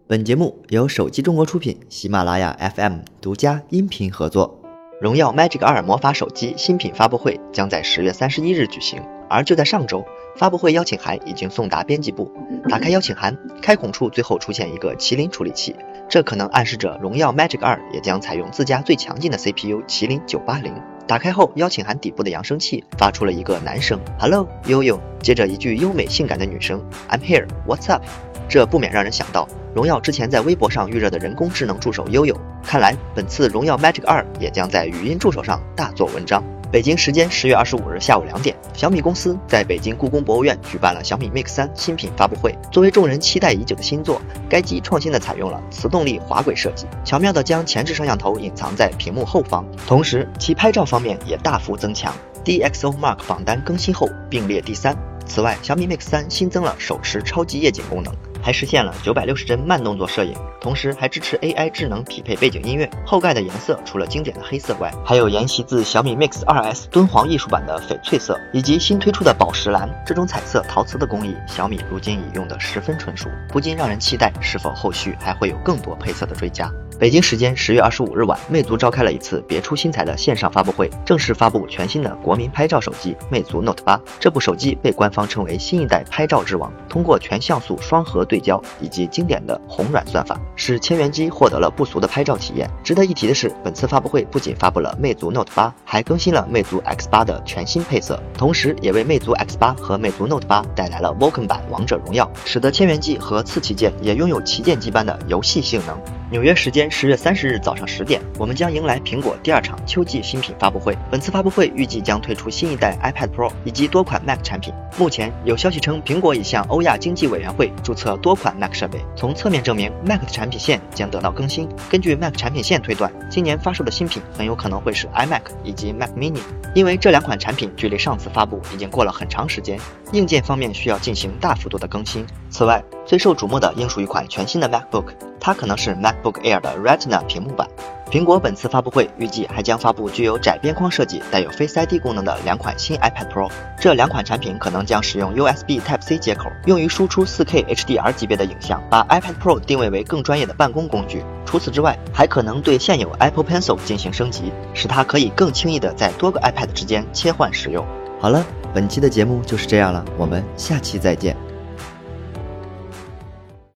本节目由手机中国出品，喜马拉雅 FM 独家音频合作。荣耀 Magic 2魔法手机新品发布会将在10月31日举行，而就在上周，发布会邀请函已经送达编辑部。打开邀请函，开孔处最后出现一个麒麟处理器，这可能暗示着荣耀 Magic 2也将采用自家最强劲的 CPU 麒麟980。打开后，邀请函底部的扬声器发出了一个男声 Hello 悠悠，接着一句优美性感的女声 I'm here What's up。 这不免让人想到荣耀之前在微博上预热的人工智能助手悠悠，看来本次荣耀 Magic 2也将在语音助手上大做文章。北京时间10月25日下午2点，小米公司在北京故宫博物院举办了小米 Mix 3新品发布会。作为众人期待已久的新作，该机创新的采用了磁动力滑轨设计，巧妙地将前置摄像头隐藏在屏幕后方，同时其拍照方面也大幅增强。DxO Mark 榜单更新后并列第3。此外，小米 Mix 3新增了手持超级夜景功能，还实现了960帧慢动作摄影，同时还支持 AI 智能匹配背景音乐。后盖的颜色除了经典的黑色外，还有沿袭自小米 Mix 2S 敦煌艺术版的翡翠色，以及新推出的宝石蓝。这种彩色陶瓷的工艺，小米如今已用得十分纯熟，不禁让人期待是否后续还会有更多配色的追加。北京时间10月25日晚，魅族召开了一次别出心裁的线上发布会，正式发布全新的国民拍照手机魅族 Note 8。这部手机被官方称为新一代拍照之王，通过全像素双核对焦以及经典的红软算法，使千元机获得了不俗的拍照体验。值得一提的是，本次发布会不仅发布了魅族 Note 8，还更新了魅族 X8 的全新配色，同时也为魅族 X8 和魅族 Note 8带来了 Vulkan 版王者荣耀，使得千元机和次旗舰也拥有旗舰机般的游戏性能。纽约时间10月30日早上10点，我们将迎来苹果第2场秋季新品发布会。本次发布会预计将推出新一代 iPad Pro 以及多款 Mac 产品。目前有消息称，苹果已向欧亚经济委员会注册多款 Mac 设备，从侧面证明 Mac 的产品线将得到更新。根据 Mac 产品线推断，今年发售的新品很有可能会是 iMac 以及 Mac Mini， 因为这2款产品距离上次发布已经过了很长时间，硬件方面需要进行大幅度的更新。此外，最受瞩目的应属一款全新的 MacBook， 它可能是 MacBook Air 的 Retina 屏幕版。苹果本次发布会预计还将发布具有窄边框设计、带有 Face ID 功能的2款新 iPad Pro。这2款产品可能将使用 USB Type-C 接口，用于输出 4K HDR 级别的影像，把 iPad Pro 定位为更专业的办公工具。除此之外，还可能对现有 Apple Pencil 进行升级，使它可以更轻易地在多个 iPad 之间切换使用。好了，本期的节目就是这样了，我们下期再见。